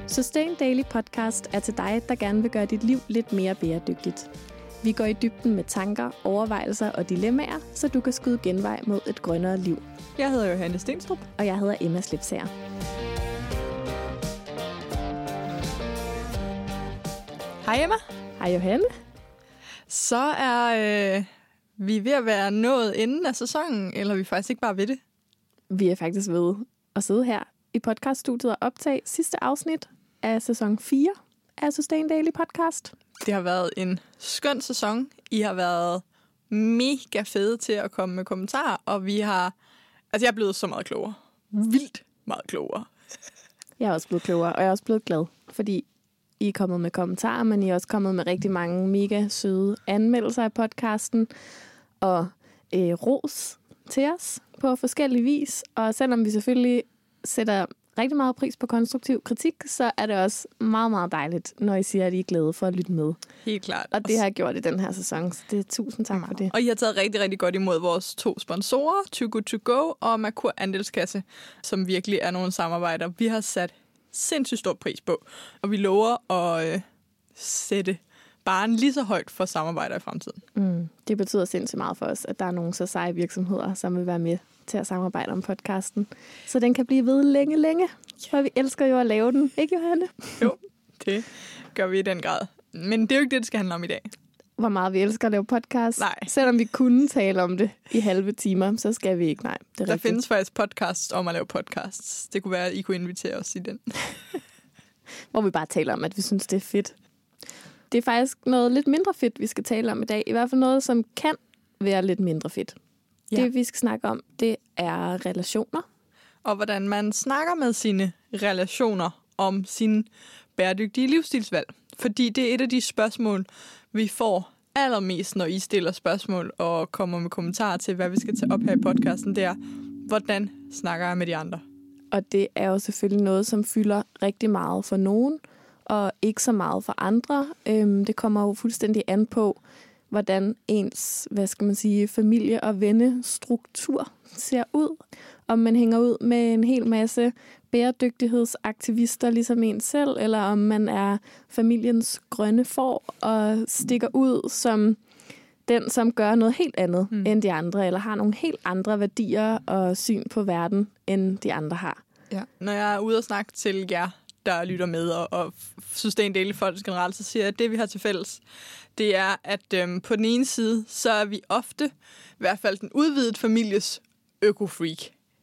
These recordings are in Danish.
Sustain Daily Podcast er til dig, der gerne vil gøre dit liv lidt mere bæredygtigt. Vi går i dybden med tanker, overvejelser og dilemmaer, så du kan skyde genvej mod et grønnere liv. Jeg hedder Johanne Stenstrup. Og jeg hedder Emma Slipsager. Hej Emma. Hej Johanne. Så er vi ved at være nået enden af sæsonen, eller er vi faktisk ikke bare ved det? Vi er faktisk ved at sidde her i podcaststudiet og optage sidste afsnit af sæson 4 af Sustain Daily Podcast. Det har været en skøn sæson. I har været mega fede til at komme med kommentarer, og vi har... Altså, jeg er blevet så meget klogere. Vildt meget klogere. Jeg er også blevet klogere, og jeg er også blevet glad, fordi I er kommet med kommentarer, men I er også kommet med rigtig mange mega søde anmeldelser af podcasten, og ros til os på forskellige vis. Og selvom vi selvfølgelig sætter rigtig meget pris på konstruktiv kritik, så er det også meget, meget dejligt, når I siger, at I er glade for at lytte med. Helt klart. Og det har jeg gjort i den her sæson, så det er tusind tak for det. Og I har taget rigtig, rigtig godt imod vores 2 sponsorer, Too Good To Go og Merkur Andelskasse, som virkelig er nogle samarbejder, vi har sat sindssygt stor pris på. Og vi lover at sætte barren lige så højt for samarbejder i fremtiden. Det betyder sindssygt meget for os, at der er nogle så seje virksomheder, som vil være med til at samarbejde om podcasten. Så den kan blive ved længe, længe. For vi elsker jo at lave den. Ikke, Johanne? Jo, det gør vi i den grad. Men det er jo ikke det skal handle om i dag. Hvor meget vi elsker at lave podcast. Nej. Selvom vi kunne tale om det i halve timer, så skal vi ikke. Nej, det er der rigtigt. Findes faktisk podcasts om at lave podcasts. Det kunne være, at I kunne invitere os i den. Hvor vi bare taler om, at vi synes, det er fedt. Det er faktisk noget lidt mindre fedt, vi skal tale om i dag. I hvert fald noget, som kan være lidt mindre fedt. Ja. Det, vi skal snakke om, det er relationer. Og hvordan man snakker med sine relationer om sine bæredygtige livsstilsvalg. Fordi det er et af de spørgsmål, vi får allermest, når I stiller spørgsmål og kommer med kommentarer til, hvad vi skal tage op her i podcasten. Det er, hvordan snakker jeg med de andre? Og det er jo selvfølgelig noget, som fylder rigtig meget for nogen, og ikke så meget for andre. Det kommer jo fuldstændig an på, hvordan ens, familie- og vennestruktur ser ud. Om man hænger ud med en hel masse bæredygtighedsaktivister ligesom en selv, eller om man er familiens grønne får og stikker ud som den, som gør noget helt andet end de andre, eller har nogle helt andre værdier og syn på verden, end de andre har. Ja. Når jeg er ude og snakke til jer, der lytter med, og Sustain Daily folk generelt, så siger jeg, at det, vi har til fælles, det er, at på den ene side, så er vi ofte, i hvert fald den udvidede families øko-freak,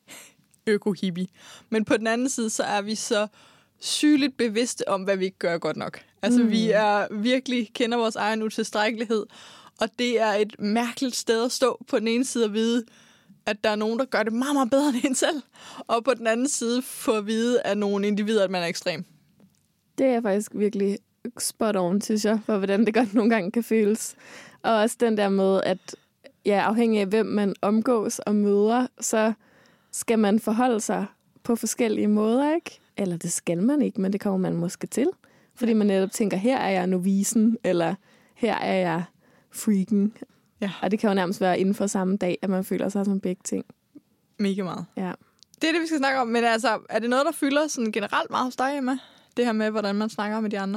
øko-hippie. Men på den anden side, så er vi så sygeligt bevidste om, hvad vi ikke gør godt nok. Altså, vi er virkelig kender vores egen utilstrækkelighed, og det er et mærkeligt sted at stå på den ene side og vide, at der er nogen, der gør det meget, meget bedre end en selv, og på den anden side få at vide af nogle individer, at man er ekstrem. Det er faktisk virkelig spot on, synes jeg, for hvordan det godt nogle gange kan føles. Og også den der med, at afhængig af hvem man omgås og møder, så skal man forholde sig på forskellige måder, ikke? Eller det skal man ikke, men det kommer man måske til. Fordi man netop tænker, her er jeg novisen, eller her er jeg freaken. Ja. Og det kan jo nærmest være inden for samme dag, at man føler sig som begge ting. Mega meget. Ja. Det er det, vi skal snakke om. Men altså, er det noget, der fylder sådan generelt meget hos dig, Emma? Det her med, hvordan man snakker med de andre?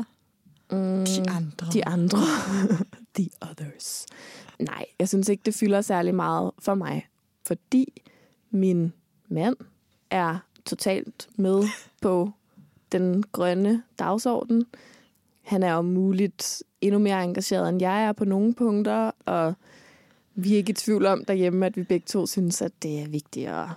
De andre. De andre. The others. Nej, jeg synes ikke, det fylder særlig meget for mig. Fordi min mand er totalt med på den grønne dagsorden. Han er om muligt endnu mere engageret, end jeg er på nogle punkter, og vi er ikke i tvivl om derhjemme, at vi begge to synes, at det er vigtigt at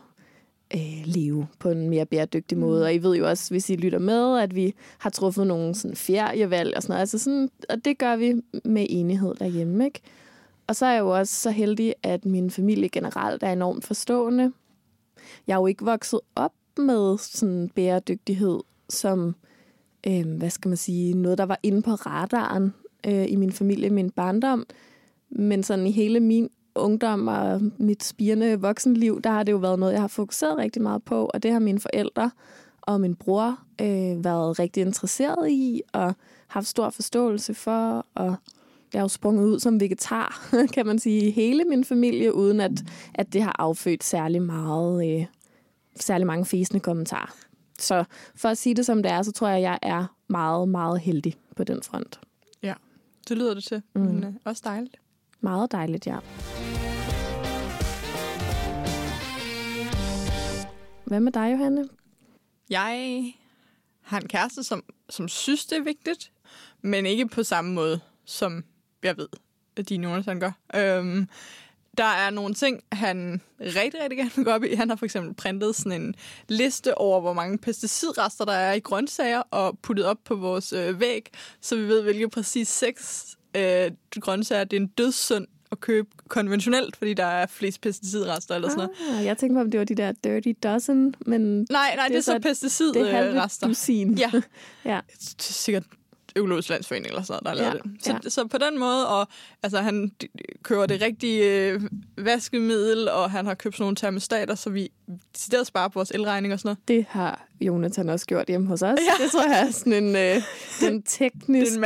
leve på en mere bæredygtig måde. Og I ved jo også, hvis I lytter med, at vi har truffet nogle sådan ferievalg og sådan noget. Altså sådan, og det gør vi med enighed derhjemme, ikke? Og så er jeg jo også så heldig, at min familie generelt er enormt forstående. Jeg er jo ikke vokset op med sådan bæredygtighed som noget, der var inde på radaren i min familie, i min barndom. Men sådan i hele min ungdom og mit spirende voksenliv, der har det jo været noget, jeg har fokuseret rigtig meget på, og det har mine forældre og min bror været rigtig interesseret i, og haft stor forståelse for, og jeg er jo sprunget ud som vegetar, kan man sige, i hele min familie, uden at det har affødt særlig mange fæsende kommentarer. Så for at sige det som det er, så tror jeg er meget, meget heldig på den front. Ja, det lyder det til. Men også dejligt. Meget dejligt, ja. Hvad med dig, Johanne? Jeg har en kæreste, som synes, det er vigtigt, men ikke på samme måde, som jeg ved, at dine Jonathan gør. Der er nogle ting, han rigtig, rigtig gerne vil gå op i. Han har for eksempel printet sådan en liste over, hvor mange pesticidrester der er i grøntsager, og puttet op på vores væg, så vi ved, hvilke præcis 6 grøntsager det er en dødssynd at købe konventionelt, fordi der er flest pesticidrester eller sådan noget. Jeg tænkte på, om det var de der dirty dozen, men... Nej, det er så pesticidrester. Det er halve dusin. Ja. Ja. Det er sikkert Økologisk Landsforening eller sådan noget, der har lavet det. Så på den måde, og altså, han køber det rigtige vaskemiddel, og han har købt sådan nogle termostater, så vi decideret sparer på vores elregning og sådan noget. Det har Jonathan også gjort hjemme hos os. Ja. Det tror jeg er sådan en teknisk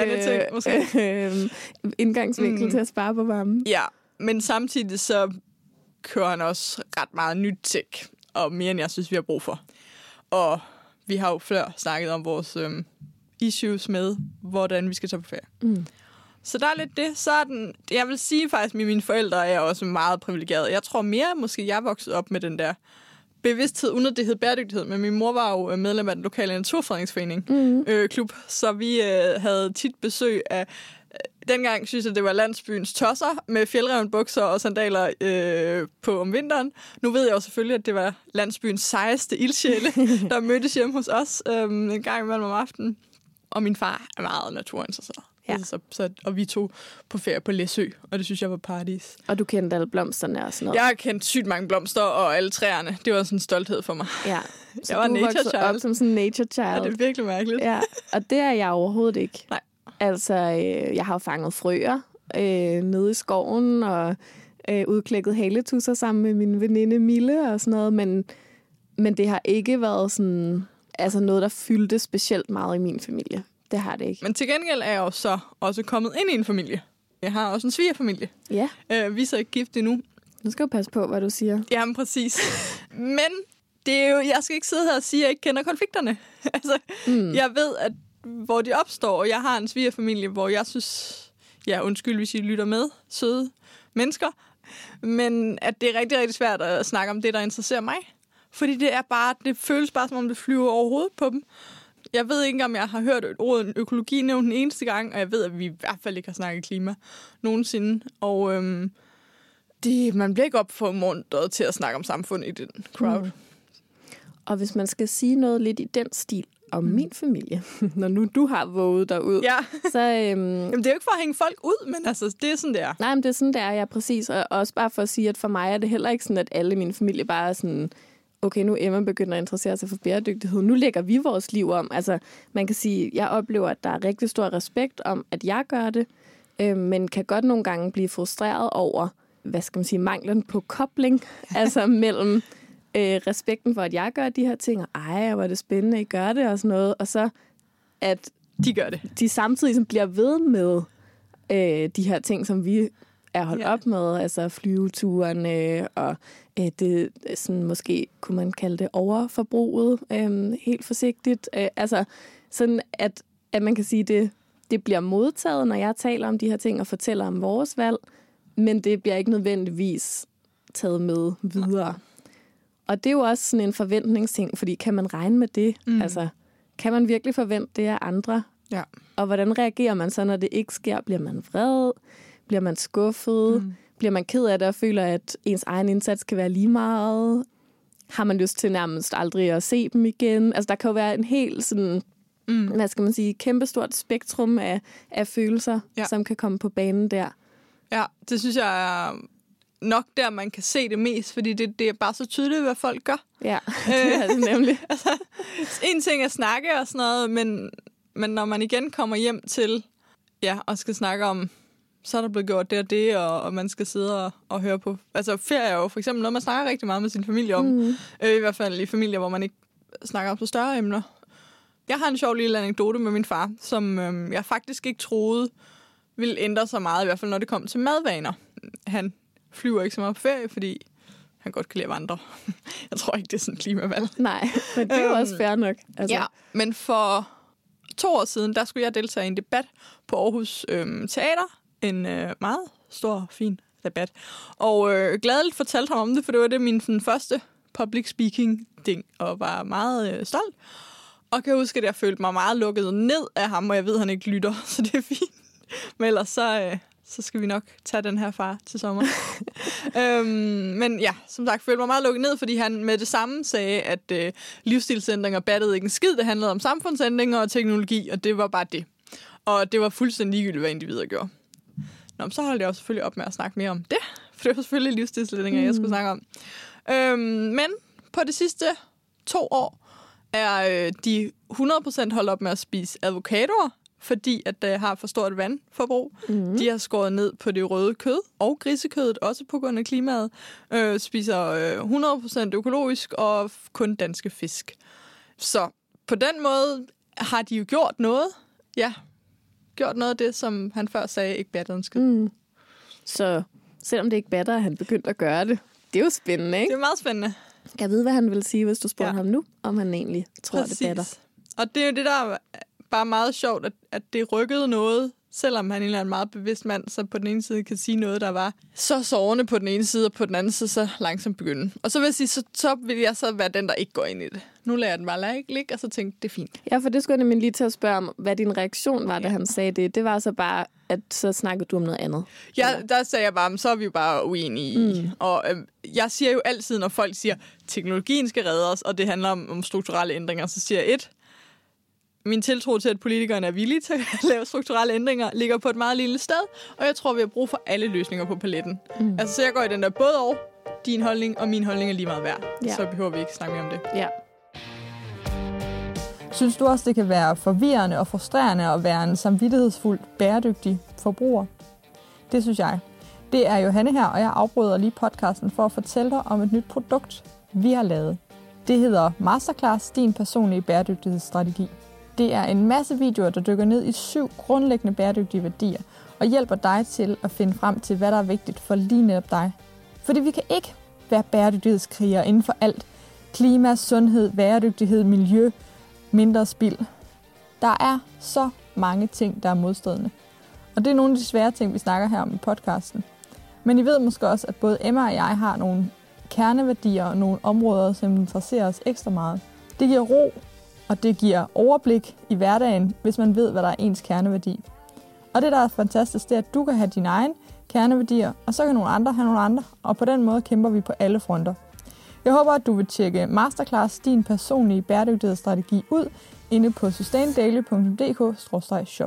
indgangsvinkel til at spare på varmen. Ja, men samtidig så kører han også ret meget nyt tech, og mere end jeg synes, vi har brug for. Og vi har jo før snakket om vores issues med, hvordan vi skal tage på ferie. Så der er lidt det. Så er den, jeg vil sige faktisk, at mine forældre er også meget privilegerede. Jeg tror mere, måske jeg voksede op med den der bevidsthed, uden at det hed bæredygtighed. Men min mor var jo medlem af den lokale naturfredningsforening klub, så vi havde tit besøg af. Dengang synes jeg, det var landsbyens tosser med fjeldrevne bukser og sandaler på om vinteren. Nu ved jeg jo selvfølgelig, at det var landsbyens sejeste ildsjæle, der mødtes hjemme hos os en gang imellem om aftenen. Og min far er meget naturinteresseret. Ja. Og vi tog på ferie på Læsø, og det synes jeg var paradis. Og du kendte alle blomsterne og sådan noget? Jeg har kendt sygt mange blomster og alle træerne. Det var sådan en stolthed for mig. Ja. Så jeg var nature child. Op som sådan en nature child. Ja, det er virkelig mærkeligt. Ja, og det er jeg overhovedet ikke. Nej. Altså, jeg har jo fanget frøer nede i skoven og udklækket haletusser sammen med min veninde Mille og sådan noget, men det har ikke været sådan, altså noget, der fyldte specielt meget i min familie. Det har det ikke. Men til gengæld er jeg jo så også kommet ind i en familie. Jeg har også en svigerfamilie. Ja. Vi er så ikke gift endnu. Nu skal du passe på, hvad du siger. Jamen, præcis. Men det er jo, jeg skal ikke sidde her og sige, at jeg ikke kender konflikterne. Altså, jeg ved, at hvor de opstår, og jeg har en svigerfamilie, hvor jeg synes, ja, undskyld, hvis I lytter med, søde mennesker, men at det er rigtig, rigtig svært at snakke om det, der interesserer mig. Fordi det føles bare, som om det flyver over hovedet på dem. Jeg ved ikke, om jeg har hørt ordet økologi nævnt den eneste gang, og jeg ved, at vi i hvert fald ikke har snakket klima nogensinde. Og man bliver ikke opfordret til at snakke om samfundet i den crowd. Og hvis man skal sige noget lidt i den stil om min familie, når nu du har våget derud, så... Jamen, det er jo ikke for at hænge folk ud, men altså, det er sådan, det er. Nej, men det er sådan, det er, ja, præcis. Og også bare for at sige, at for mig er det heller ikke sådan, at alle i min familie bare er sådan... Okay, nu Emma begynder at interessere sig for bæredygtighed. Nu lægger vi vores liv om. Altså, man kan sige, jeg oplever, at der er rigtig stor respekt om, at jeg gør det, men kan godt nogle gange blive frustreret over, hvad skal man sige, manglen på kobling, altså mellem respekten for, at jeg gør de her ting, og hvor er det spændende, I gør det, og sådan noget, og så at de gør det. De samtidig som bliver ved med de her ting, som vi er holdt op med, altså flyveturene, og det sådan, måske kunne man kalde det overforbruget, helt forsigtigt. Altså sådan, at man kan sige, det bliver modtaget, når jeg taler om de her ting og fortæller om vores valg, men det bliver ikke nødvendigvis taget med videre. Og det er jo også sådan en forventningsting, fordi kan man regne med det? Altså, kan man virkelig forvente det af andre? Ja. Og hvordan reagerer man så, når det ikke sker? Bliver man vred? Bliver man skuffet? Bliver man ked af det og føler, at ens egen indsats kan være lige meget? Har man lyst til nærmest aldrig at se dem igen? Altså, der kan jo være en helt sådan, hvad skal man sige, kæmpestort spektrum af følelser, som kan komme på banen der. Ja, det synes jeg er nok der, man kan se det mest, fordi det er bare så tydeligt, hvad folk gør. Ja, det er det nemlig. Altså, en ting er at snakke og sådan noget, men når man igen kommer hjem til, og skal snakke om, så er der blevet gjort det og det, og man skal sidde og høre på. Altså, ferie er jo for eksempel noget, man snakker rigtig meget med sin familie om. I hvert fald i familier, hvor man ikke snakker om så større emner. Jeg har en sjov lille anekdote med min far, som jeg faktisk ikke troede ville ændre sig meget, i hvert fald når det kom til madvaner. Han flyver ikke så meget på ferie, fordi han godt kan lide at vandre. Jeg tror ikke, det er sådan et klimavalg. Nej, men det er jo også fair nok. Altså. Ja, men for 2 år siden, der skulle jeg deltage i en debat på Aarhus Teater. En meget stor, fin debat. Og gladeligt fortalte ham om det, for det var det min sådan, første public speaking-ting, og var meget stolt. Og kan huske, at jeg følte mig meget lukket ned af ham, og jeg ved, at han ikke lytter, så det er fint. Men ellers så skal vi nok tage den her far til sommer. Men ja, som sagt, følte mig meget lukket ned, fordi han med det samme sagde, at livsstilsændringer battede ikke en skid. Det handlede om samfundsændringer og teknologi, og det var bare det. Og det var fuldstændig ligegyldigt, hvad individer gjorde. Nå, så holdt jeg også selvfølgelig op med at snakke mere om det, for det var selvfølgelig livsstilsændringer, jeg skulle snakke om. Men på de sidste 2 år er de 100% holdt op med at spise avocadoer, fordi at det har for stort vandforbrug. Mm. De har skåret ned på det røde kød og grisekødet, også på grund af klimaet. Spiser 100% økologisk og kun danske fisk. Så på den måde har de jo gjort noget. Ja, gjort noget af det, som han før sagde, ikke batter en skid. Mm. Så selvom det ikke batter, han begyndt at gøre det. Det er jo spændende, ikke? Det er meget spændende. Kan jeg vide, hvad han vil sige, hvis du spørger ham nu, om han egentlig tror, Præcis. det batter? Og det er jo det, der er bare meget sjovt, at det rykkede noget, selvom han egentlig er en meget bevidst mand, så på den ene side kan sige noget, der var så sårende på den ene side, og på den anden side så langsomt begynde. Og så vil jeg sige, så vil jeg så være den, der ikke går ind i det. Nu lader jeg den bare ligge, og så tænkte det er fint. Ja, for det skulle jeg nemlig lige til at spørge om, hvad din reaktion var, da han sagde det. Det var så bare, at så snakkede du om noget andet. Ja, der sagde jeg bare, så er vi jo bare uenige i. Og jeg siger jo altid, når folk siger, teknologien skal redde os, og det handler om strukturelle ændringer, så siger jeg min tiltro til, at politikerne er villige til at lave strukturelle ændringer, ligger på et meget lille sted, og jeg tror, vi har brug for alle løsninger på paletten. Altså, så jeg går i den der både og din holdning, og min holdning er lige meget værd. Ja. Så behøver vi ikke snakke mere om det. Ja. Synes du også, det kan være forvirrende og frustrerende at være en samvittighedsfuld, bæredygtig forbruger? Det synes jeg. Det er Johanne her, og jeg afbryder lige podcasten for at fortælle dig om et nyt produkt, vi har lavet. Det hedder Masterclass, din personlige bæredygtighedsstrategi. Det er en masse videoer, der dykker ned i 7 grundlæggende bæredygtige værdier og hjælper dig til at finde frem til, hvad der er vigtigt for lige netop dig. Fordi vi kan ikke være bæredygtighedskrigere inden for alt. Klima, sundhed, bæredygtighed, miljø, mindre spild. Der er så mange ting, der er modstridende. Og det er nogle af de svære ting, vi snakker her om i podcasten. Men I ved måske også, at både Emma og jeg har nogle kerneværdier og nogle områder, som interesserer os ekstra meget. Det giver ro, og det giver overblik i hverdagen, hvis man ved, hvad der er ens kerneværdi. Og det, der er fantastisk, det er, at du kan have dine egne kerneværdier, og så kan nogle andre have nogle andre, og på den måde kæmper vi på alle fronter. Jeg håber, at du vil tjekke Masterclass, din personlige bæredygtighedsstrategi, ud inde på sustaindaily.dk/shop.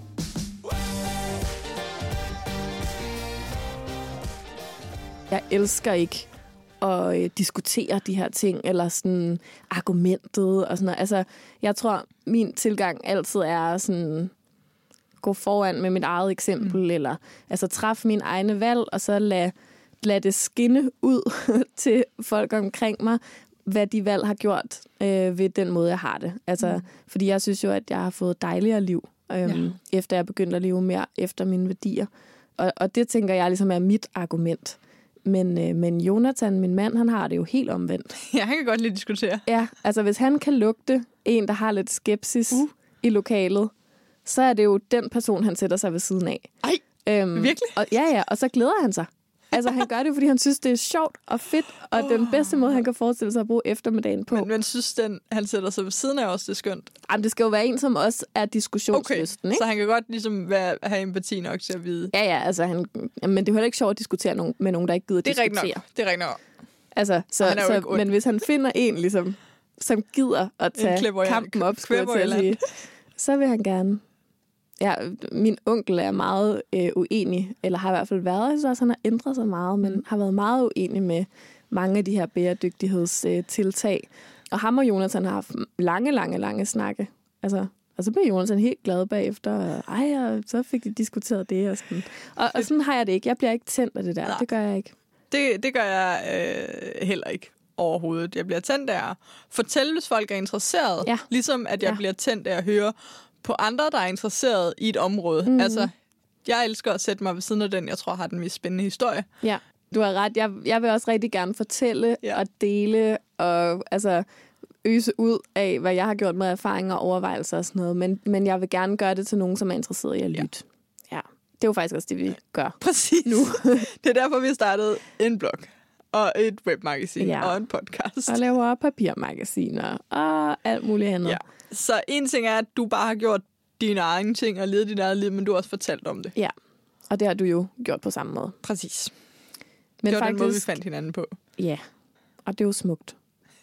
Jeg elsker ikke at diskutere de her ting, eller sådan argumentet og sådan noget. Altså, jeg tror, min tilgang altid er sådan gå foran med mit eget eksempel, eller altså træffe mine egne valg, og så lad det skinne ud til folk omkring mig, hvad de valg har gjort ved den måde, jeg har det. Altså, fordi jeg synes jo, at jeg har fået dejligere liv, efter jeg begyndte at leve mere efter mine værdier. Og det tænker jeg ligesom er mit argument. Men Jonathan, min mand, han har det jo helt omvendt. Ja, han kan godt lide diskutere. Ja, altså hvis han kan lugte en, der har lidt skepsis i lokalet, så er det jo den person, han sætter sig ved siden af. Ej, virkelig? Og, ja, og så glæder han sig. Altså han gør det, fordi han synes, det er sjovt og fedt, og den bedste måde, han kan forestille sig at bruge eftermiddagen på. Men synes han sætter sig ved siden af også, det er skønt? Jamen, det skal jo være en, som også er diskussionslysten, ikke? Så han kan godt ligesom have empati nok til at vide. Ja, altså men det er jo heller ikke sjovt at diskutere med nogen, der ikke gider diskutere. Det er rigtigt nok. Altså, men hvis han finder en, ligesom, som gider at tage kampen op, så vil han gerne. Ja, min onkel er meget uenig, eller har i hvert fald været, jeg synes også, han har ændret sig meget, men har været meget uenig med mange af de her bæredygtighedstiltag. Og ham og Jonathan har haft lange snakke. Altså, og så blev Jonathan helt glad bagefter, og så fik de diskuteret det. Og sådan. Og sådan har jeg det ikke. Jeg bliver ikke tændt af det der. Nej. Det gør jeg ikke. Det gør jeg heller ikke overhovedet. Jeg bliver tændt af at fortælle, hvis folk er interesserede. Ja. Ligesom at jeg bliver tændt af at høre på andre, der er interesseret i et område. Altså, jeg elsker at sætte mig ved siden af den, jeg tror har den mest spændende historie. Ja. Du har ret. Jeg vil også rigtig gerne fortælle og dele og altså øse ud af, hvad jeg har gjort med erfaringer og overvejelser og sådan noget. Men jeg vil gerne gøre det til nogen, som er interesseret i at lytte. Ja. Det er jo faktisk også det, vi gør. Præcis. Nu. Det er derfor, vi startede en blog og et webmagasin og en podcast. Og laver papirmagasiner og alt muligt andet. Ja. Så en ting er, at du bare har gjort dine egne ting og levet dit eget liv, men du har også fortalt om det. Ja, og det har du jo gjort på samme måde. Præcis. Men det var faktisk, den måde, vi fandt hinanden på. Ja, og det er jo smukt.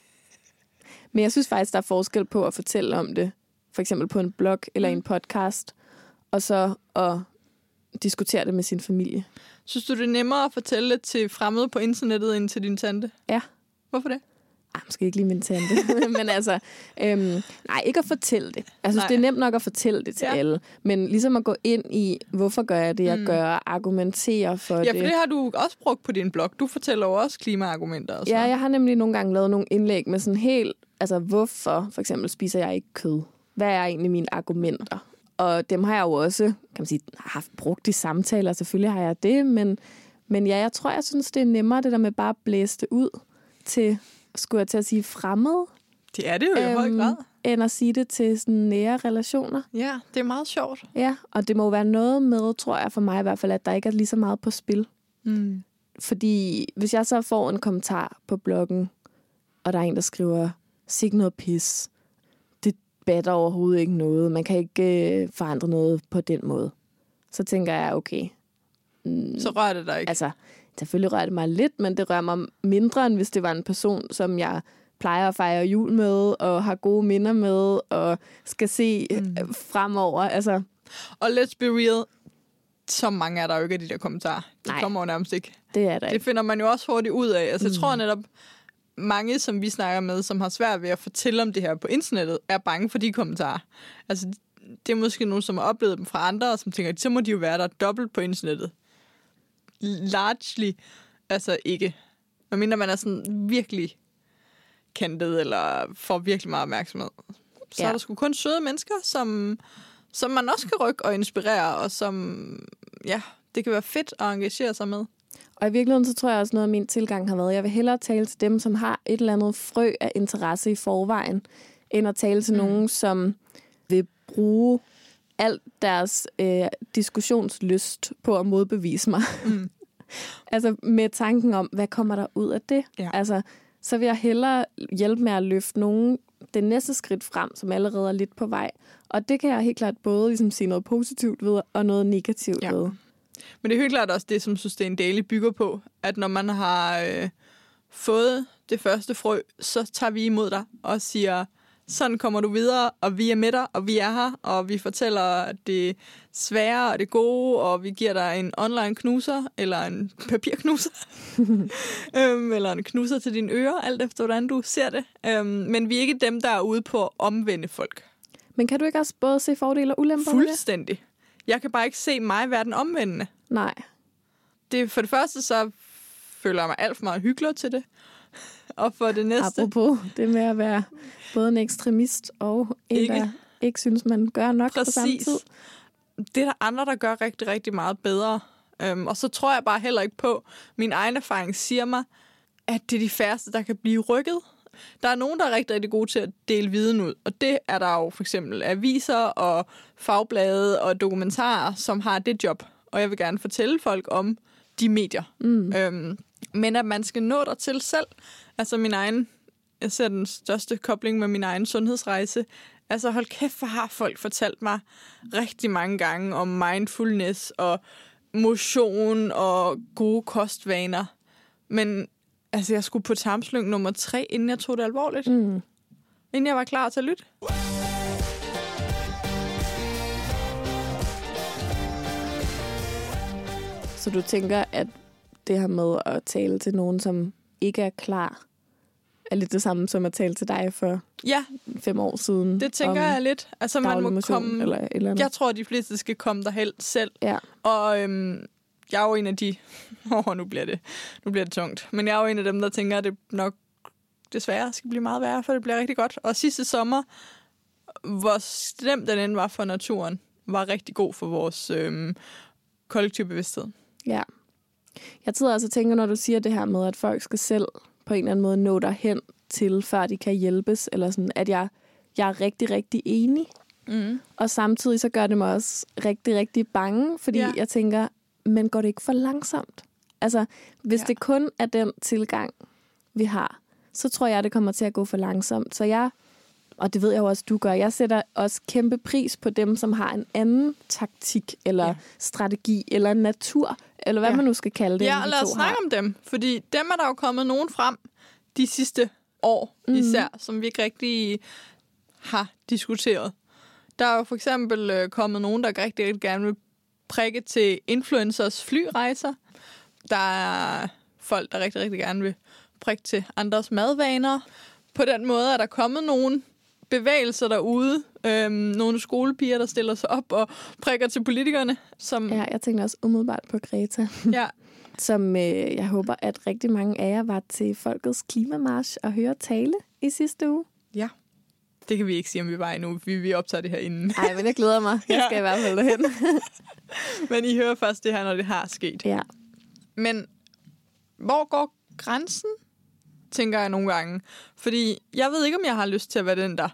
Men jeg synes faktisk, der er forskel på at fortælle om det, for eksempel på en blog eller en podcast, og så at diskutere det med sin familie. Synes du, det er nemmere at fortælle det til fremmede på internettet end til din tante? Ja. Hvorfor det? Måske ikke lige min tante. Men altså, nej, ikke at fortælle det. Jeg synes, det er nemt nok at fortælle det til alle. Men ligesom at gå ind i, hvorfor gør jeg det, jeg gør, argumentere for det. Ja, for det har du også brugt på din blog. Du fortæller jo også klimaargumenter og sådan. Ja, jeg har nemlig nogle gange lavet nogle indlæg med sådan helt, altså hvorfor for eksempel spiser jeg ikke kød? Hvad er egentlig mine argumenter? Og dem har jeg jo også, kan man sige, haft brugt i samtaler. Selvfølgelig har jeg det, men ja, jeg synes, det er nemmere det der med bare at blæse det ud til, skulle jeg til at sige, fremmed. Det er det jo i høj grad. End at sige det til sådan nære relationer. Ja, det er meget sjovt. Ja, og det må være noget med, tror jeg for mig i hvert fald, at der ikke er lige så meget på spil. Mm. Fordi hvis jeg så får en kommentar på bloggen, og der er en, der skriver, sig noget pis, det batter overhovedet ikke noget, man kan ikke forandre noget på den måde. Så tænker jeg, okay. Så rører det dig ikke? Altså, selvfølgelig rører det mig lidt, men det rører mig mindre, end hvis det var en person, som jeg plejer at fejre jul med, og har gode minder med, og skal se fremover. Altså. Og let's be real, så mange er der jo ikke af de der kommentarer. De kommer jo nærmest ikke. Det er der ikke. Det finder man jo også hurtigt ud af. Altså, jeg tror netop, mange, som vi snakker med, som har svært ved at fortælle om det her på internettet, er bange for de kommentarer. Altså, det er måske nogen, som har oplevet dem fra andre, og som tænker, så må de jo være der dobbelt på internettet. Largely, altså ikke. Men mindre man er sådan virkelig kendet, eller får virkelig meget opmærksomhed. Så er der sgu kun søde mennesker, som man også kan rykke og inspirere, og som, det kan være fedt at engagere sig med. Og i virkeligheden, så tror jeg også, noget af min tilgang har været, at jeg vil hellere tale til dem, som har et eller andet frø af interesse i forvejen, end at tale til nogen, som vil bruge alt deres diskussionslyst på at modbevise mig. Altså med tanken om, hvad kommer der ud af det? Ja. Altså, så vil jeg hellere hjælpe med at løfte nogen det næste skridt frem, som allerede er lidt på vej. Og det kan jeg helt klart både ligesom sige noget positivt ved, og noget negativt ved. Men det er helt klart også det, som Sustain Daily bygger på, at når man har fået det første frø, så tager vi imod dig og siger, sådan kommer du videre, og vi er med dig, og vi er her, og vi fortæller det svære og det gode, og vi giver dig en online knuser, eller en papirknuser, eller en knuser til dine ører, alt efter hvordan du ser det. Men vi er ikke dem, der er ude på at omvende folk. Men kan du ikke også både se fordele og ulemper? Fuldstændig. Jeg kan bare ikke se mig være den omvendende. Nej. Det, for det første, så føler jeg mig alt for meget hyggelig til det. Og for det næste... Apropos det med at være både en ekstremist og en, der ikke synes, man gør nok på samme tid. Det er der andre, der gør rigtig, rigtig meget bedre. Og så tror jeg bare heller ikke på, min egen erfaring siger mig, at det er de færreste, der kan blive rykket. Der er nogen, der er rigtig, rigtig gode til at dele viden ud. Og det er der jo for eksempel aviser og fagblade og dokumentarer, som har det job. Og jeg vil gerne fortælle folk om de medier. Men at man skal nå dertil selv. Altså jeg ser den største kobling med min egen sundhedsrejse. Altså hold kæft, hvor har folk fortalt mig rigtig mange gange om mindfulness og motion og gode kostvaner. Men altså, jeg skulle på tarmslyng nummer 3, inden jeg tog det alvorligt. Inden jeg var klar til at lytte. Så du tænker, at det her med at tale til nogen, som ikke er klar, er lidt det samme som at tale til dig for 5 år siden? Det tænker jeg lidt. Altså, man må komme... Eller et eller andet. Jeg tror, at de fleste skal komme derhen selv. Ja. Og jeg er jo en af de... nu bliver det tungt. Men jeg er jo en af dem, der tænker, at det nok desværre skal blive meget værre, for det bliver rigtig godt. Og sidste sommer, hvor slemt den end var for naturen, var rigtig god for vores kollektive bevidsthed. Ja. Jeg sidder altså og tænker, når du siger det her med, at folk skal selv på en eller anden måde nå derhen til, før de kan hjælpes, eller sådan, at jeg er rigtig, rigtig enig. Mm. Og samtidig så gør det mig også rigtig, rigtig bange, fordi jeg tænker, men går det ikke for langsomt? Altså, hvis det kun er den tilgang, vi har, så tror jeg, det kommer til at gå for langsomt. Så og det ved jeg jo også, du gør, jeg sætter også kæmpe pris på dem, som har en anden taktik, eller strategi, eller natur, eller hvad man nu skal kalde det. Ja, og lad os snakke om dem, fordi dem er der jo kommet nogen frem de sidste år især, som vi ikke rigtig har diskuteret. Der er jo for eksempel kommet nogen, der rigtig, rigtig gerne vil prikke til influencers flyrejser. Der er folk, der rigtig, rigtig gerne vil prikke til andres madvaner. På den måde er der kommet nogle bevægelser derude. Nogle skolepiger, der stiller sig op og prikker til politikerne. Som Ja, jeg tænker også umiddelbart på Greta. Ja. Som jeg håber, at rigtig mange af jer var til Folkets Klimamarch og høre tale i sidste uge. Ja. Det kan vi ikke sige, om vi var endnu. Vi optager det her inden. Nej, men jeg glæder mig. Jeg skal i hvert fald derhen. Men I hører først det her, når det har sket. Ja. Men hvor går grænsen, tænker jeg nogle gange. Fordi jeg ved ikke, om jeg har lyst til at være den, der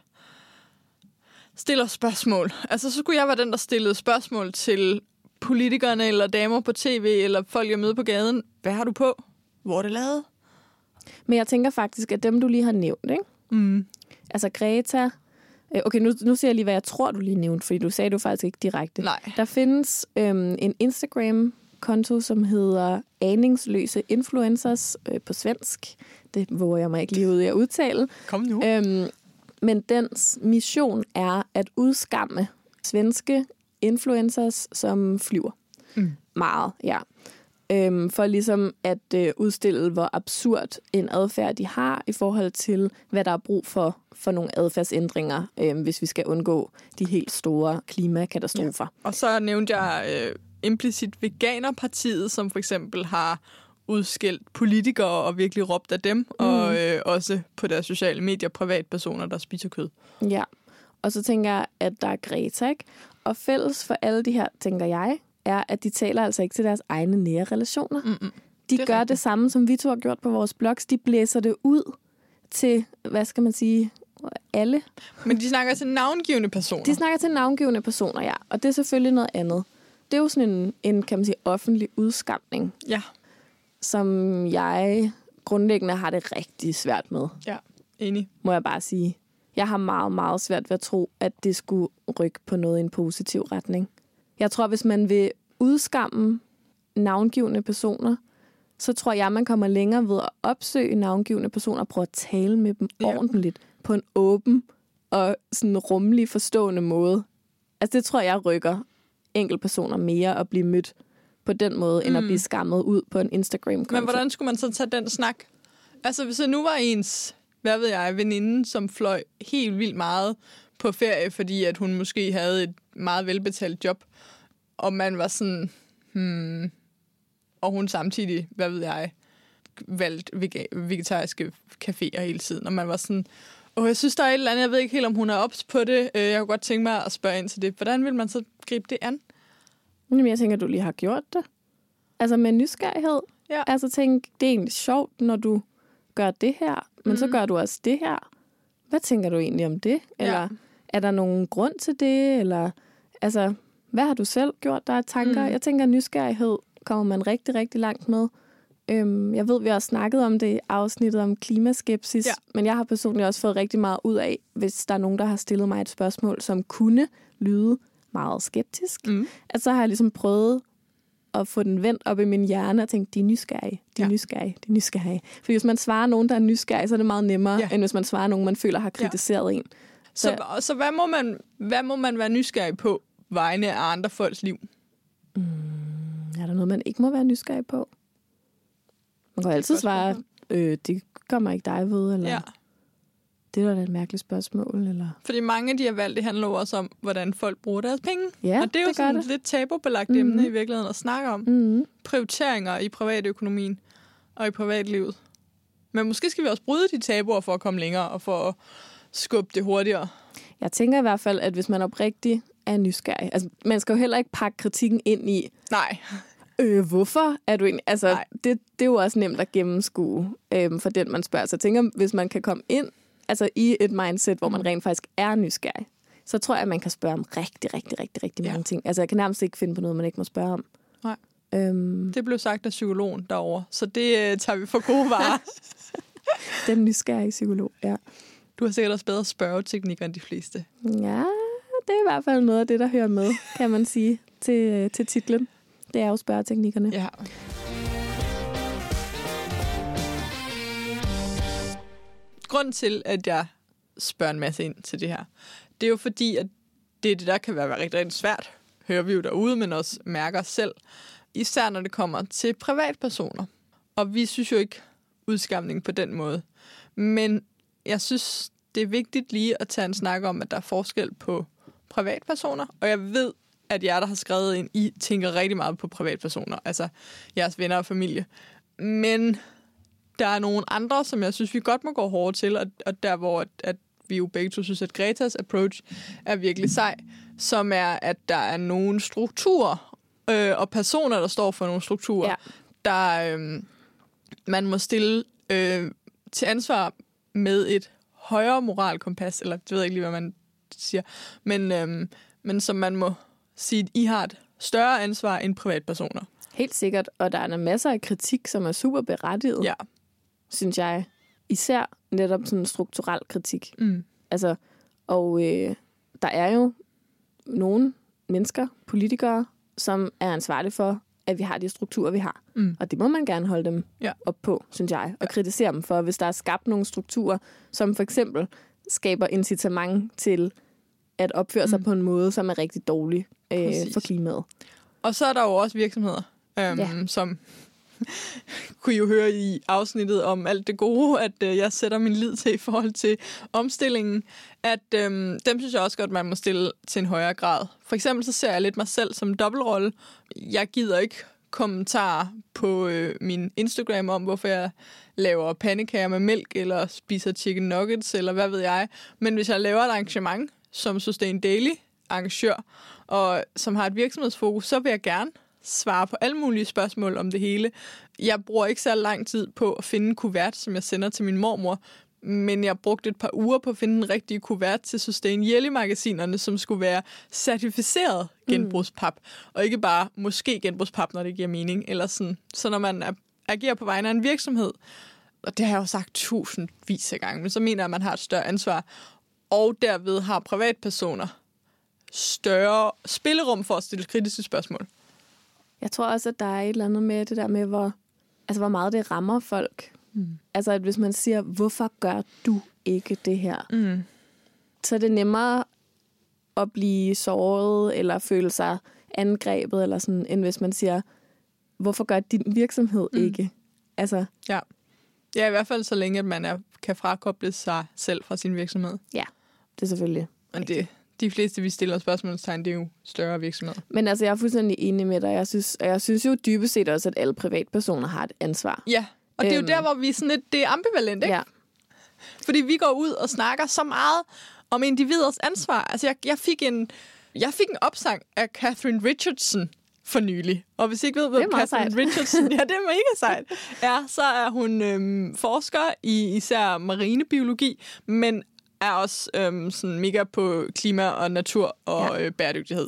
stiller spørgsmål. Altså, så skulle jeg være den, der stillede spørgsmål til politikerne, eller damer på tv, eller folk, jeg møder på gaden. Hvad har du på? Hvor er det lavet? Men jeg tænker faktisk, at dem, du lige har nævnt, ikke? Mm. Altså Greta. Okay, nu siger jeg lige, hvad jeg tror, du lige nævnte, fordi du sagde det jo faktisk ikke direkte. Nej. Der findes en Instagram-konto, som hedder Aningsløse Influencers på svensk. Det våger jeg mig ikke lige ud i at udtale. Kom nu. Men dens mission er at udskamme svenske influencers, som flyver. Meget, ja. For ligesom at udstille, hvor absurd en adfærd de har i forhold til, hvad der er brug for nogle adfærdsændringer, hvis vi skal undgå de helt store klimakatastrofer. Ja. Og så nævnte jeg implicit Veganerpartiet, som for eksempel har udskilt politikere og virkelig råbt af dem, og også på deres sociale medier privatpersoner, der spiser kød. Ja, og så tænker jeg, at der er Greta, ikke? Og fælles for alle de her, tænker jeg, er, at de taler altså ikke til deres egne nære relationer. De gør rigtigt. Det samme, som vi to har gjort på vores blogs. De blæser det ud til, hvad skal man sige, alle. Men de snakker til navngivende personer. De snakker til navngivende personer, ja. Og det er selvfølgelig noget andet. Det er jo sådan en kan man sige, offentlig udskamning. Ja. Som jeg grundlæggende har det rigtig svært med. Ja, enig. Må jeg bare sige. Jeg har meget, meget svært ved at tro, at det skulle rykke på noget i en positiv retning. Jeg tror, hvis man vil udskamme navngivende personer, så tror jeg, man kommer længere ved at opsøge navngivende personer og prøve at tale med dem ordentligt på en åben og sådan rummelig forstående måde. Altså det tror jeg rykker enkeltpersoner mere at blive mødt på den måde, end at blive skammet ud på en Instagram-konto. Men hvordan skulle man så tage den snak? Altså hvis det nu var ens, hvad ved jeg, veninde, som fløj helt vildt meget på ferie, fordi at hun måske havde et meget velbetalt job, og man var sådan, og hun samtidig, hvad ved jeg, valgt vegetariske caféer hele tiden, og man var sådan, jeg synes, der er et eller andet, jeg ved ikke helt, om hun er ops på det, jeg kunne godt tænke mig at spørge ind til det. Hvordan vil man så gribe det an? Jamen, jeg tænker, at du lige har gjort det. Altså med nysgerrighed. Ja. Altså tænk, det er egentlig sjovt, når du gør det her, men så gør du også det her. Hvad tænker du egentlig om det? Eller er der nogen grund til det? Eller altså, hvad har du selv gjort der af tanker? Jeg tænker, at nysgerrighed kommer man rigtig, rigtig langt med. Jeg ved, vi har snakket om det i afsnittet om klimaskepsis, men jeg har personligt også fået rigtig meget ud af, hvis der er nogen, der har stillet mig et spørgsmål, som kunne lyde meget skeptisk, at så har jeg ligesom prøvet at få den vendt op i min hjerne og tænkt, de er nysgerrige, de er nysgerrige, de er nysgerrige. Fordi hvis man svarer nogen, der er nysgerrige, så er det meget nemmere, end hvis man svarer nogen, man føler har kritiseret en. Så hvad må man være nysgerrig på vegne af andre folks liv? Er der noget, man ikke må være nysgerrig på? Man kan altid svare, det kommer ikke dig ved, eller det er da et mærkeligt spørgsmål. Eller... Fordi mange af de her valg, det handler også om, hvordan folk bruger deres penge. Ja, og det er jo sådan et lidt tabubelagt emne i virkeligheden at snakke om. Prioriteringer i privatøkonomien og i privatlivet. Men måske skal vi også bryde de tabuer for at komme længere og for at skubbe det hurtigere. Jeg tænker i hvert fald, at hvis man oprigtigt er nysgerrig, altså man skal jo heller ikke pakke kritikken ind i, nej, Hvorfor er du egentlig... Altså, det er jo også nemt at gennemskue for den, man spørger. Så jeg tænker, hvis man kan komme ind i et mindset, hvor man rent faktisk er nysgerrig, så tror jeg, at man kan spørge om rigtig mange ting. Altså, jeg kan nærmest ikke finde på noget, man ikke må spørge om. Nej. Det blev sagt af psykologen derovre, så det tager vi for gode varer. Den nysgerrige psykolog, ja. Du har sikkert også bedre spørgeteknikker end de fleste. Ja, det er i hvert fald noget af det, der hører med, kan man sige, til titlen. Det er jo spørgeteknikkerne. Ja. Grunden til, at jeg spørger en masse ind til det her, det er jo fordi, at det er det, der kan være rigtig, rigtig svært. Hører vi jo derude, men også mærker selv. Især når det kommer til privatpersoner. Og vi synes jo ikke udskamning på den måde. Men jeg synes, det er vigtigt lige at tage en snak om, at der er forskel på privatpersoner. Og jeg ved, at jer, der har skrevet ind, I tænker rigtig meget på privatpersoner. Altså jeres venner og familie. Men der er nogle andre, som jeg synes, vi godt må gå hårdt til. Og der, hvor at vi jo begge to synes, at Gretas approach er virkelig sej. Som er, at der er nogle strukturer og personer, der står for nogle strukturer, der man må stille til ansvar med et højere moralkompas, eller det ved jeg ikke lige, hvad man siger, men som man må sige, at I har et større ansvar end privatpersoner. Helt sikkert, og der er masser af kritik, som er super berettiget, synes jeg. Især netop sådan en strukturel kritik. Altså, og der er jo nogle mennesker, politikere, som er ansvarlige for, at vi har de strukturer, vi har. Og det må man gerne holde dem op på, synes jeg, og kritisere dem for, hvis der er skabt nogle strukturer, som for eksempel skaber incitament til at opføre sig på en måde, som er rigtig dårlig for klimaet. Og så er der jo også virksomheder, som kunne I jo høre i afsnittet om alt det gode, at jeg sætter min lid til i forhold til omstillingen, at dem synes jeg også godt, man må stille til en højere grad. For eksempel så ser jeg lidt mig selv som dobbeltrolle. Jeg gider ikke kommentarer på min Instagram om, hvorfor jeg laver pandekager med mælk, eller spiser chicken nuggets, eller hvad ved jeg. Men hvis jeg laver et arrangement som Sustain Daily arrangør, og som har et virksomhedsfokus, så vil jeg gerne svare på alle mulige spørgsmål om det hele. Jeg bruger ikke så lang tid på at finde en kuvert, som jeg sender til min mormor, men jeg brugte et par uger på at finde den rigtige kuvert til Sustain Daily-magasinerne, som skulle være certificeret genbrugspap, og ikke bare måske genbrugspap, når det giver mening, eller sådan. Så når man agerer på vegne af en virksomhed, og det har jeg jo sagt tusindvis af gange, men så mener jeg, at man har et større ansvar, og derved har privatpersoner større spillerum for at stille kritiske spørgsmål. Jeg tror også, at der er et eller andet med det der med, hvor meget det rammer folk. Altså, at hvis man siger, hvorfor gør du ikke det her? Så er det nemmere at blive såret, eller føle sig angrebet, eller sådan, end hvis man siger, hvorfor gør din virksomhed ikke? Altså. Ja, i hvert fald så længe, at man kan frakoble sig selv fra sin virksomhed. Ja, det er selvfølgelig. Og de fleste, vi stiller spørgsmålstegn, det er jo større virksomheder. Men altså, jeg er fuldstændig enig med dig. Jeg synes jo dybest set også, at alle privatpersoner har et ansvar. Ja, og det er jo der, hvor vi sådan lidt, det er ambivalent, ikke? Ja. Fordi vi går ud og snakker så meget om individers ansvar. Altså, jeg fik en opsang af Catherine Richardson for nylig. Og hvis I ikke ved, hvem Catherine Richardson, ja, det er mega sejt, så er hun forsker i især marinebiologi, men er også sådan mega på klima og natur og bæredygtighed.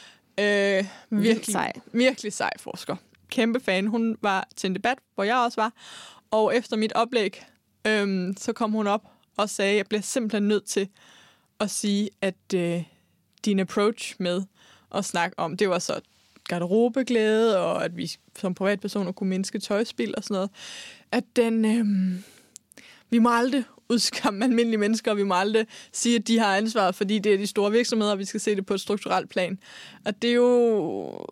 Ja. Virkelig sej forsker. Kæmpe fan. Hun var til en debat, hvor jeg også var. Og efter mit oplæg, så kom hun op og sagde, at jeg bliver simpelthen nødt til at sige, at din approach med at snakke om, det var så garderobeglæde, og at vi som privatpersoner kunne mindske tøjspil og sådan noget, at vi må aldrig udskamme almindelige mennesker, og vi må aldrig sige, at de har ansvaret, fordi det er de store virksomheder, og vi skal se det på et strukturelt plan. Og det er jo...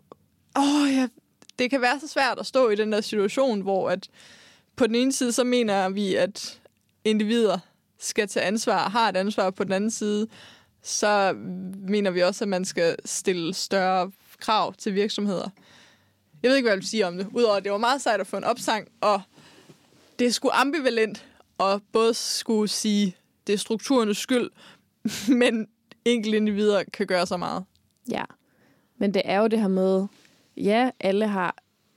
det kan være så svært at stå i den der situation, hvor at på den ene side, så mener vi, at individer skal tage ansvar, har et ansvar, på den anden side, så mener vi også, at man skal stille større krav til virksomheder. Jeg ved ikke, hvad jeg vil sige om det. Udover at det var meget sejt at få en opsang, og det er sgu ambivalent, og både skulle sige, det er strukturernes skyld, men enkelte individer kan gøre så meget. Ja, men det er jo det her med, ja, alle har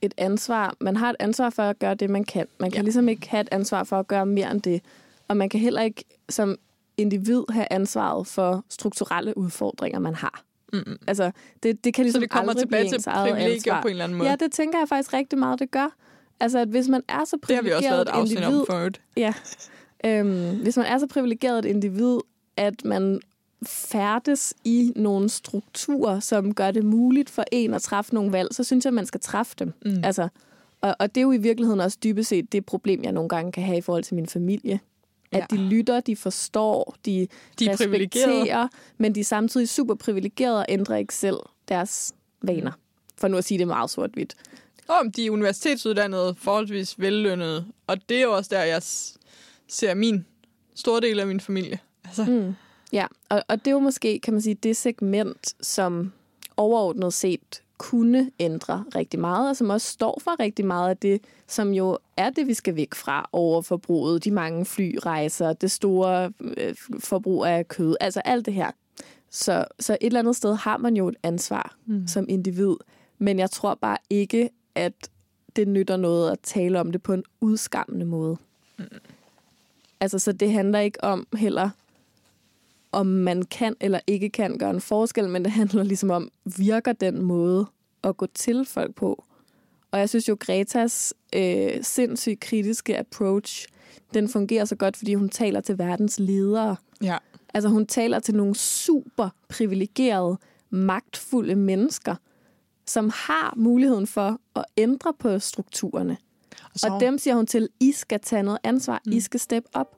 et ansvar. Man har et ansvar for at gøre det, man kan. Man kan ligesom ikke have et ansvar for at gøre mere end det. Og man kan heller ikke som individ have ansvaret for strukturelle udfordringer, man har. Mm-hmm. Altså, det kan ligesom så det kommer tilbage til privilegier på en eller anden måde? Ja, det tænker jeg faktisk rigtig meget, det gør. Altså, at hvis man er så privilegeret et individ... hvis man er så privilegeret et individ, at man færdes i nogle strukturer, som gør det muligt for en at træffe nogle valg, så synes jeg, at man skal træffe dem. Altså, og det er jo i virkeligheden også dybest set det problem, jeg nogle gange kan have i forhold til min familie. At de lytter, de forstår, de respekterer, men de er samtidig super privilegerede og ændrer ikke selv deres vaner. For nu at sige det meget sort-hvidt. De er universitetsuddannede, forholdsvis vellønnede, og det er jo også der, jeg ser min store del af min familie. Altså. Ja, og det er jo måske, kan man sige, det segment, som overordnet set kunne ændre rigtig meget, og som også står for rigtig meget af det, som jo er det, vi skal væk fra overforbruget, de mange flyrejser, det store forbrug af kød, altså alt det her. Så et eller andet sted har man jo et ansvar som individ, men jeg tror bare ikke, at det nytter noget at tale om det på en udskammende måde. Altså, så det handler ikke om heller, om man kan eller ikke kan gøre en forskel, men det handler ligesom om, virker den måde at gå til folk på. Og jeg synes jo, Gretas sindssygt kritiske approach, den fungerer så godt, fordi hun taler til verdens ledere. Ja. Altså, hun taler til nogle super privilegerede, magtfulde mennesker, som har muligheden for at ændre på strukturerne. Og dem siger hun til, I skal tage noget ansvar, I skal steppe op.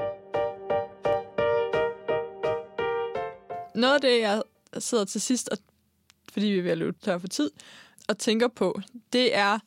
Noget af det, jeg sidder til sidst, fordi vi er ved at løbe tør for tid, og tænker på, det er,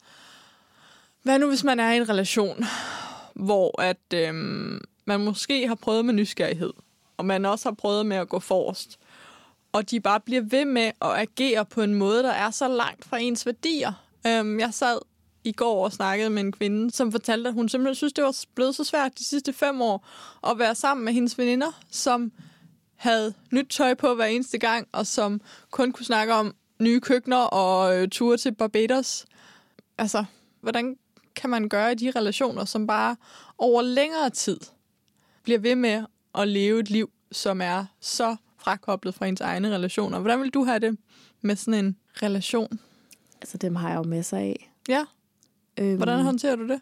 hvad nu hvis man er i en relation, hvor at man måske har prøvet med nysgerrighed, og man også har prøvet med at gå forrest, og de bare bliver ved med at agere på en måde, der er så langt fra ens værdier. Jeg sad i går og snakkede med en kvinde, som fortalte, at hun simpelthen synes, det var blevet så svært de sidste 5 år at være sammen med hendes veninder, som havde nyt tøj på hver eneste gang, og som kun kunne snakke om nye køkkener og ture til Barbados. Altså, hvordan kan man gøre i de relationer, som bare over længere tid bliver ved med at leve et liv, som er så frakoblet fra ens egne relationer? Hvordan vil du have det med sådan en relation? Altså, dem har jeg jo masser af. Ja. Hvordan håndterer du det?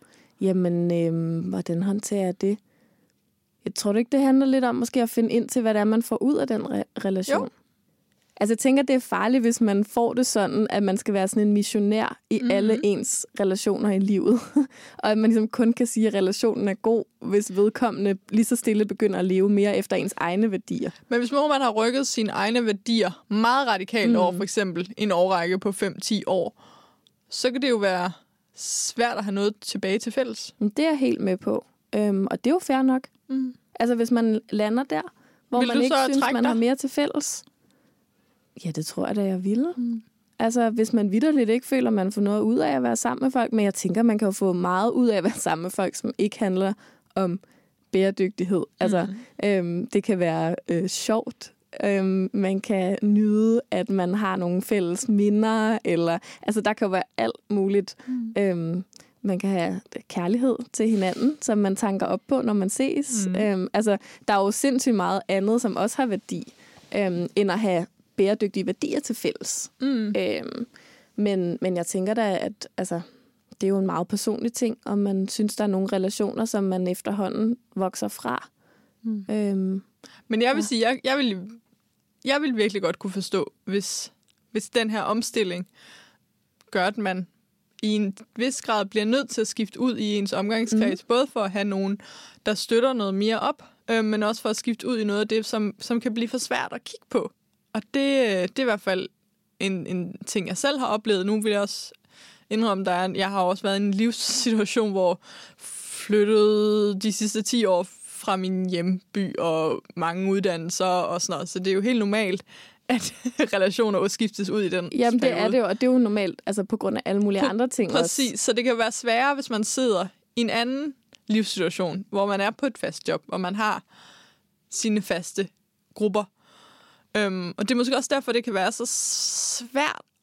Jamen, hvordan håndterer jeg det? Jeg tror ikke, det handler lidt om måske at finde ind til, hvad det er, man får ud af den relation. Jo. Altså, jeg tænker, det er farligt, hvis man får det sådan, at man skal være sådan en missionær i alle ens relationer i livet. Og at man ligesom kun kan sige, at relationen er god, hvis vedkommende lige så stille begynder at leve mere efter ens egne værdier. Men hvis man har rykket sine egne værdier meget radikalt over for eksempel en årrække på 5-10 år, så kan det jo være svært at have noget tilbage til fælles. Det er jeg helt med på. Og det er jo fair nok. Altså, hvis man lander der, hvor man ikke synes, man har mere til fælles. Ja, det tror jeg da, jeg ville. Altså, hvis man vitterligt ikke føler, man får noget ud af at være sammen med folk, men jeg tænker, man kan jo få meget ud af at være sammen med folk, som ikke handler om bæredygtighed. Altså, det kan være sjovt. Man kan nyde, at man har nogle fælles minder, eller altså, der kan jo være alt muligt. Man kan have kærlighed til hinanden, som man tanker op på, når man ses. Altså, der er jo sindssygt meget andet, som også har værdi, end at have bæredygtige værdier til fælles. Men jeg tænker da, at altså, det er jo en meget personlig ting, om man synes, der er nogle relationer, som man efterhånden vokser fra. Men jeg vil sige, jeg vil virkelig godt kunne forstå, hvis den her omstilling gør, at man i en vis grad bliver nødt til at skifte ud i ens omgangskreds, både for at have nogen, der støtter noget mere op, men også for at skifte ud i noget af det, som kan blive for svært at kigge på. Og det er i hvert fald en ting, jeg selv har oplevet. Nu vil jeg også indrømme, jeg har også været i en livssituation, hvor flyttede de sidste 10 år fra min hjemby og mange uddannelser og sådan noget. Så det er jo helt normalt, at relationer skiftes ud i den Jamen, det er det jo, og det er jo normalt, altså på grund af alle mulige andre ting. Præcis, også. Så det kan være sværere, hvis man sidder i en anden livssituation, hvor man er på et fast job, og man har sine faste grupper. Og det er måske også derfor, det kan være så svært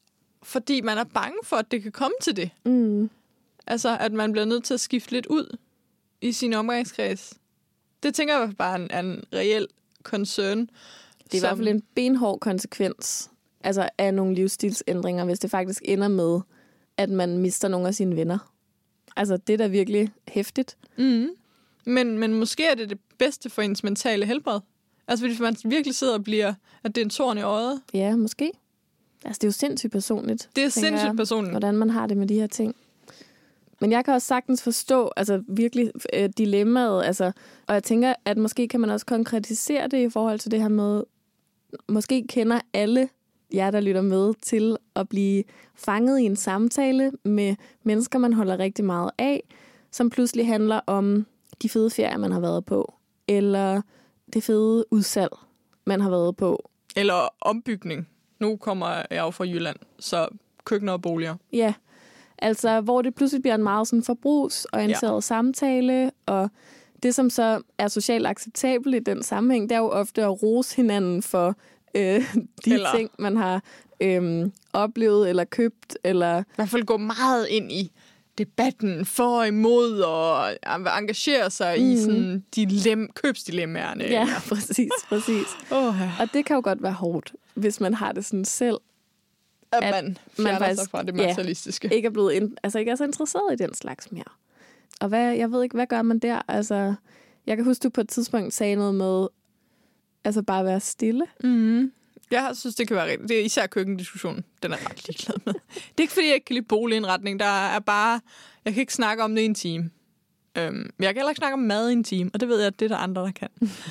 fordi man er bange for, at det kan komme til det. Mm. Altså, at man bliver nødt til at skifte lidt ud i sin omgangskreds. Det tænker jeg bare er en reel concern. Det er i hvert fald en benhård konsekvens altså af nogle livsstilsændringer, hvis det faktisk ender med, at man mister nogle af sine venner. Altså, det er da virkelig hæftigt. Mm. Men måske er det bedste for ens mentale helbred. Altså, hvis man virkelig sidder og bliver, at det er en torn i øjet. Ja, måske. Altså, det er jo sindssygt personligt. Det er sindssygt personligt. Hvordan man har det med de her ting. Men jeg kan også sagtens forstå, altså virkelig dilemmaet, altså, og jeg tænker, at måske kan man også konkretisere det i forhold til det her med, måske kender alle jer, der lytter med, til at blive fanget i en samtale med mennesker, man holder rigtig meget af, som pludselig handler om de fede ferier, man har været på, eller det fede udsalg, man har været på. Eller ombygning. Nu kommer jeg jo fra Jylland, så køkkener og boliger. Ja, altså hvor det pludselig bliver en meget sådan forbrugsorienteret samtale, og det, som så er socialt acceptabelt i den sammenhæng, det er jo ofte at rose hinanden for ting, man har oplevet eller købt. Eller i hvert fald gå meget ind i debatten for og imod, og engagere sig i sådan købsdilemmaerne. Ja, præcis. Og det kan jo godt være hårdt, hvis man har det sådan selv. At man fjerner sig fra det materialistiske. Ikke er blevet ikke er så interesseret i den slags mere. Og jeg ved ikke, hvad gør man der? Altså, jeg kan huske, du på et tidspunkt sagde noget med, altså bare være stille. Mm-hmm. Jeg synes, det kan være rigtigt. Det er især køkkendiskussionen. Den er ret ligeglad med. Det er ikke, fordi jeg ikke kan lide boligindretning. Der er bare, jeg kan ikke snakke om det i en time. Jeg kan heller ikke snakke om mad i en time, og det ved jeg, at det er der andre, der kan.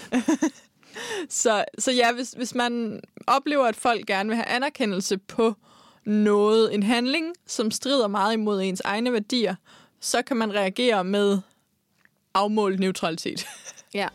Så ja, hvis man oplever, at folk gerne vil have anerkendelse på noget, en handling, som strider meget imod ens egne værdier, så kan man reagere med afmålt neutralitet. Ja.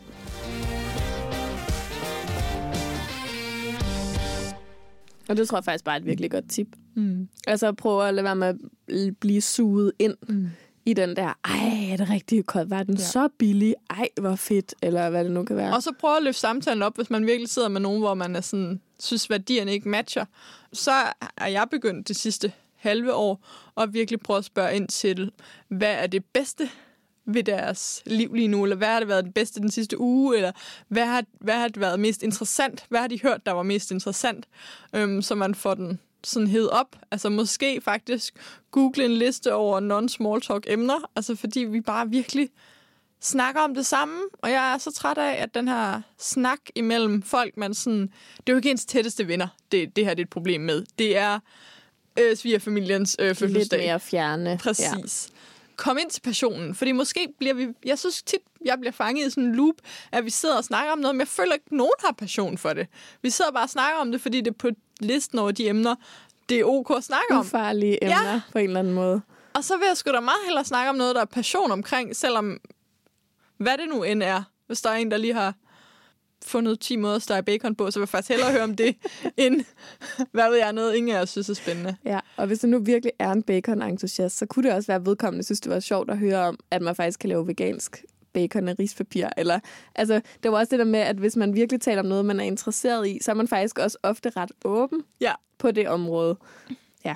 Og det tror jeg faktisk bare er et virkelig godt tip. Mm. Altså prøve at lade være med at blive suget ind i den der, ej, er det rigtig koldt? Var den så billig? Ej, hvor fedt, eller hvad det nu kan være. Og så prøve at løfte samtalen op, hvis man virkelig sidder med nogen, hvor man er sådan, synes, værdierne ikke matcher. Så er jeg begyndt det sidste halve år at virkelig prøve at spørge ind til, hvad er det bedste ved deres liv lige nu, eller hvad har det været det bedste den sidste uge, eller hvad har det været mest interessant? Hvad har de hørt, der var mest interessant? Så man får den sådan hed op. Altså måske faktisk google en liste over non-small talk emner, altså fordi vi bare virkelig snakker om det samme, og jeg er så træt af, at den her snak imellem folk, man sådan, det er jo ikke ens tætteste venner, det her det er et problem med. Det er svigerfamiliens fødselsdag. Lidt mere fjerne. Præcis. Ja. Kom ind til passionen, fordi måske bliver vi, jeg synes tit, jeg bliver fanget i sådan en loop, at vi sidder og snakker om noget, men jeg føler ikke, at nogen har passion for det. Vi sidder bare og snakker om det, fordi det er på listen over de emner, det er ok at snakke om. Ufarlige emner på en eller anden måde. Og så vil jeg sgu da meget hellere snakke om noget, der er passion omkring, selvom hvad det nu end er. Hvis der er en, der lige har fundet 10 måder at stege bacon på, så vil jeg faktisk hellere høre om det, end hvad ved jeg, noget ingen af os synes er spændende. Ja, og hvis der nu virkelig er en bacon-entusiast, så kunne det også være vedkommende, synes det var sjovt at høre om, at man faktisk kan lave vegansk bacon af rispapir. Eller, altså, det var også det der med, at hvis man virkelig taler om noget, man er interesseret i, så er man faktisk også ofte ret åben på det område. Ja.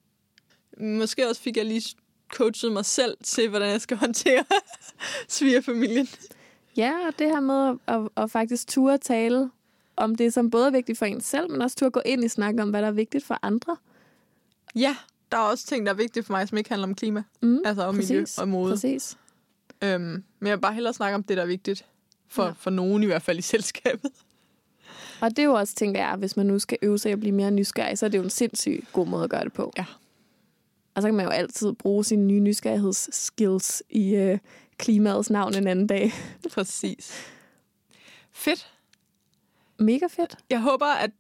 Måske også fik jeg lige coachet mig selv til, hvordan jeg skal håndtere svigerfamilien. Ja, og det her med at faktisk turde tale om det, som både er vigtigt for en selv, men også turde gå ind i snakke om, hvad der er vigtigt for andre. Ja, der er også ting, der er vigtigt for mig, som ikke handler om klima. Altså om miljø og mode. Præcis. Men jeg vil bare hellere snakke om det, der er vigtigt. For nogen i hvert fald i selskabet. Og det er jo også, tænker jeg, hvis man nu skal øve sig at blive mere nysgerrig, så er det jo en sindssygt god måde at gøre det på. Ja. Og så kan man jo altid bruge sine nye nysgerrighedsskills i klimaets navn en anden dag. Præcis. Fedt. Mega fedt. Jeg håber, at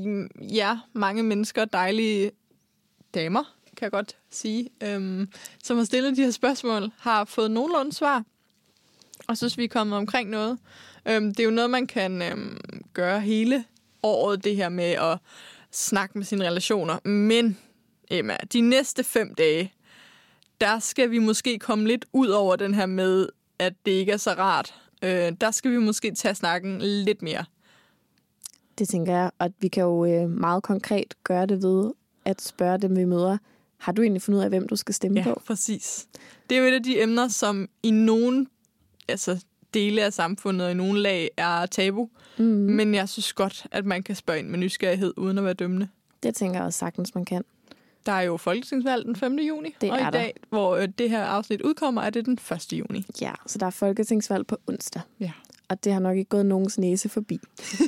mange mennesker, dejlige damer, kan jeg godt sige, som har stillet de her spørgsmål, har fået nogenlunde svar. Og synes, vi er kommet omkring noget. Det er jo noget, man kan gøre hele året, det her med at snakke med sine relationer. Men, Emma, de næste 5 dage, der skal vi måske komme lidt ud over den her med, at det ikke er så rart. Der skal vi måske tage snakken lidt mere. Det tænker jeg, at vi kan jo meget konkret gøre det ved at spørge dem, vi møder, har du egentlig fundet ud af, hvem du skal stemme på? Ja, præcis. Det er jo et af de emner, som i nogen dele af samfundet og i nogle lag er tabu. Men jeg synes godt, at man kan spørge ind med nysgerrighed, uden at være dømmende. Det tænker jeg også sagtens, man kan. Der er jo folketingsvalg den 5. juni, og i dag, hvor det her afsnit udkommer, er det den 1. juni. Ja, så der er folketingsvalg på onsdag. Ja. Og det har nok ikke gået nogens næse forbi.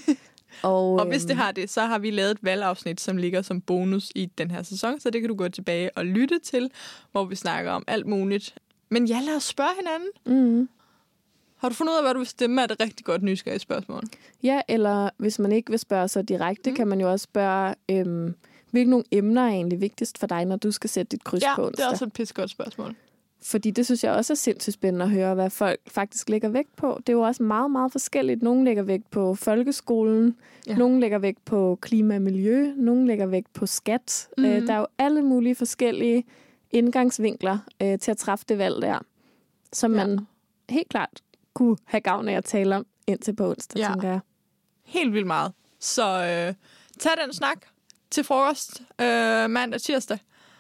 Og hvis det har det, så har vi lavet et valgafsnit, som ligger som bonus i den her sæson, så det kan du gå tilbage og lytte til, hvor vi snakker om alt muligt. Men ja, lad os spørge hinanden. Har du fundet ud af, hvad du vil stemme? Er det rigtig godt nysgerrigt spørgsmål? Ja, eller hvis man ikke vil spørge så direkte, kan man jo også spørge, hvilke nogle emner er egentlig vigtigst for dig, når du skal sætte dit kryds på onsdag? Ja, det er også et pissegodt spørgsmål. Fordi det synes jeg også er sindssygt spændende at høre, hvad folk faktisk lægger vægt på. Det er jo også meget, meget forskelligt. Nogle lægger vægt på folkeskolen, nogle lægger vægt på klima og miljø, nogle lægger vægt på skat. Der er jo alle mulige forskellige indgangsvinkler til at træffe det valg der, som man helt klart kunne have gavn af at tale om indtil på onsdag, tænker jeg. Helt vildt meget. Så tag den snak til frokost mandag og tirsdag.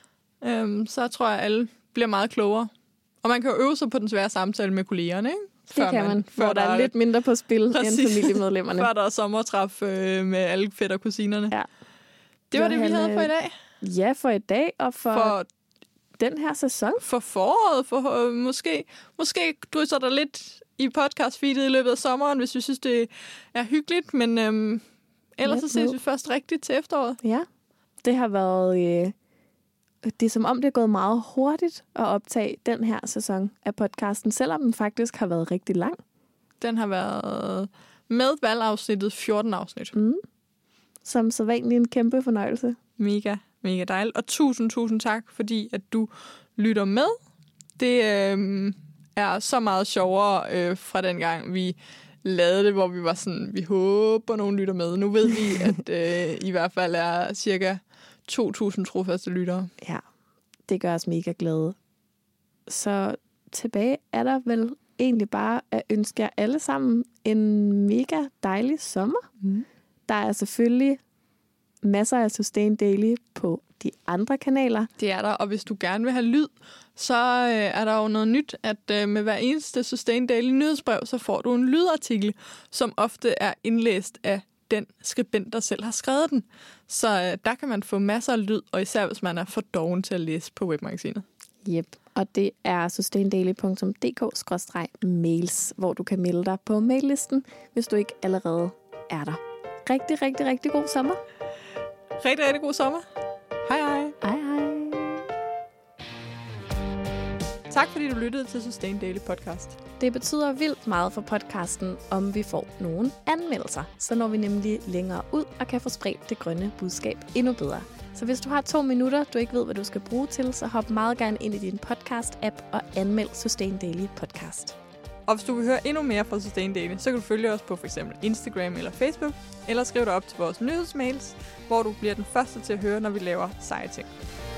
Så tror jeg, alle bliver meget klogere. Og man kan jo øve sig på den svære samtale med kollegerne, ikke? Det kan man, hvor der er lidt mindre på spil end familiemedlemmerne. Før der er sommertræf med alle fætter og kusinerne. Ja. Det var det, vi havde for i dag. Ja, for i dag og for den her sæson. For foråret. Måske drysser der lidt i podcastfeedet i løbet af sommeren, hvis vi synes, det er hyggeligt. Men ellers så ses vi først rigtigt til efteråret. Ja, det har været... Det er som om, det er gået meget hurtigt at optage den her sæson af podcasten, selvom den faktisk har været rigtig lang. Den har været med valgafsnittet 14 afsnit. Som sædvanlig en kæmpe fornøjelse. Mega, mega dejligt. Og tusind tak, fordi at du lytter med. Det er så meget sjovere fra den gang, vi lavede det, hvor vi var sådan, vi håber, nogen lytter med. Nu ved vi, at i hvert fald er cirka 2.000 trofaste lyttere. Ja, det gør os mega glade. Så tilbage er der vel egentlig bare at ønske jer alle sammen en mega dejlig sommer. Der er selvfølgelig masser af Sustain Daily på de andre kanaler. Det er der, og hvis du gerne vil have lyd, så er der jo noget nyt, at med hver eneste Sustain Daily nyhedsbrev, så får du en lydartikel, som ofte er indlæst af den skribent, der selv har skrevet den. Så der kan man få masser af lyd, og især hvis man er for doven til at læse på webmagasinet. Yep, og det er sustaindaily.dk/mails, hvor du kan melde dig på maillisten, hvis du ikke allerede er der. Rigtig, rigtig, rigtig god sommer. Rigtig, rigtig god sommer. Hej hej. Hej hej. Tak fordi du lyttede til Sustain Daily Podcast. Det betyder vildt meget for podcasten, om vi får nogle anmeldelser. Så når vi nemlig længere ud og kan få spredt det grønne budskab endnu bedre. Så hvis du har 2 minutter, du ikke ved, hvad du skal bruge til, så hop meget gerne ind i din podcast-app og anmeld Sustain Daily Podcast. Og hvis du vil høre endnu mere fra Sustain Daily, så kan du følge os på f.eks. Instagram eller Facebook, eller skrive dig op til vores nyhedsmails, hvor du bliver den første til at høre, når vi laver seje ting.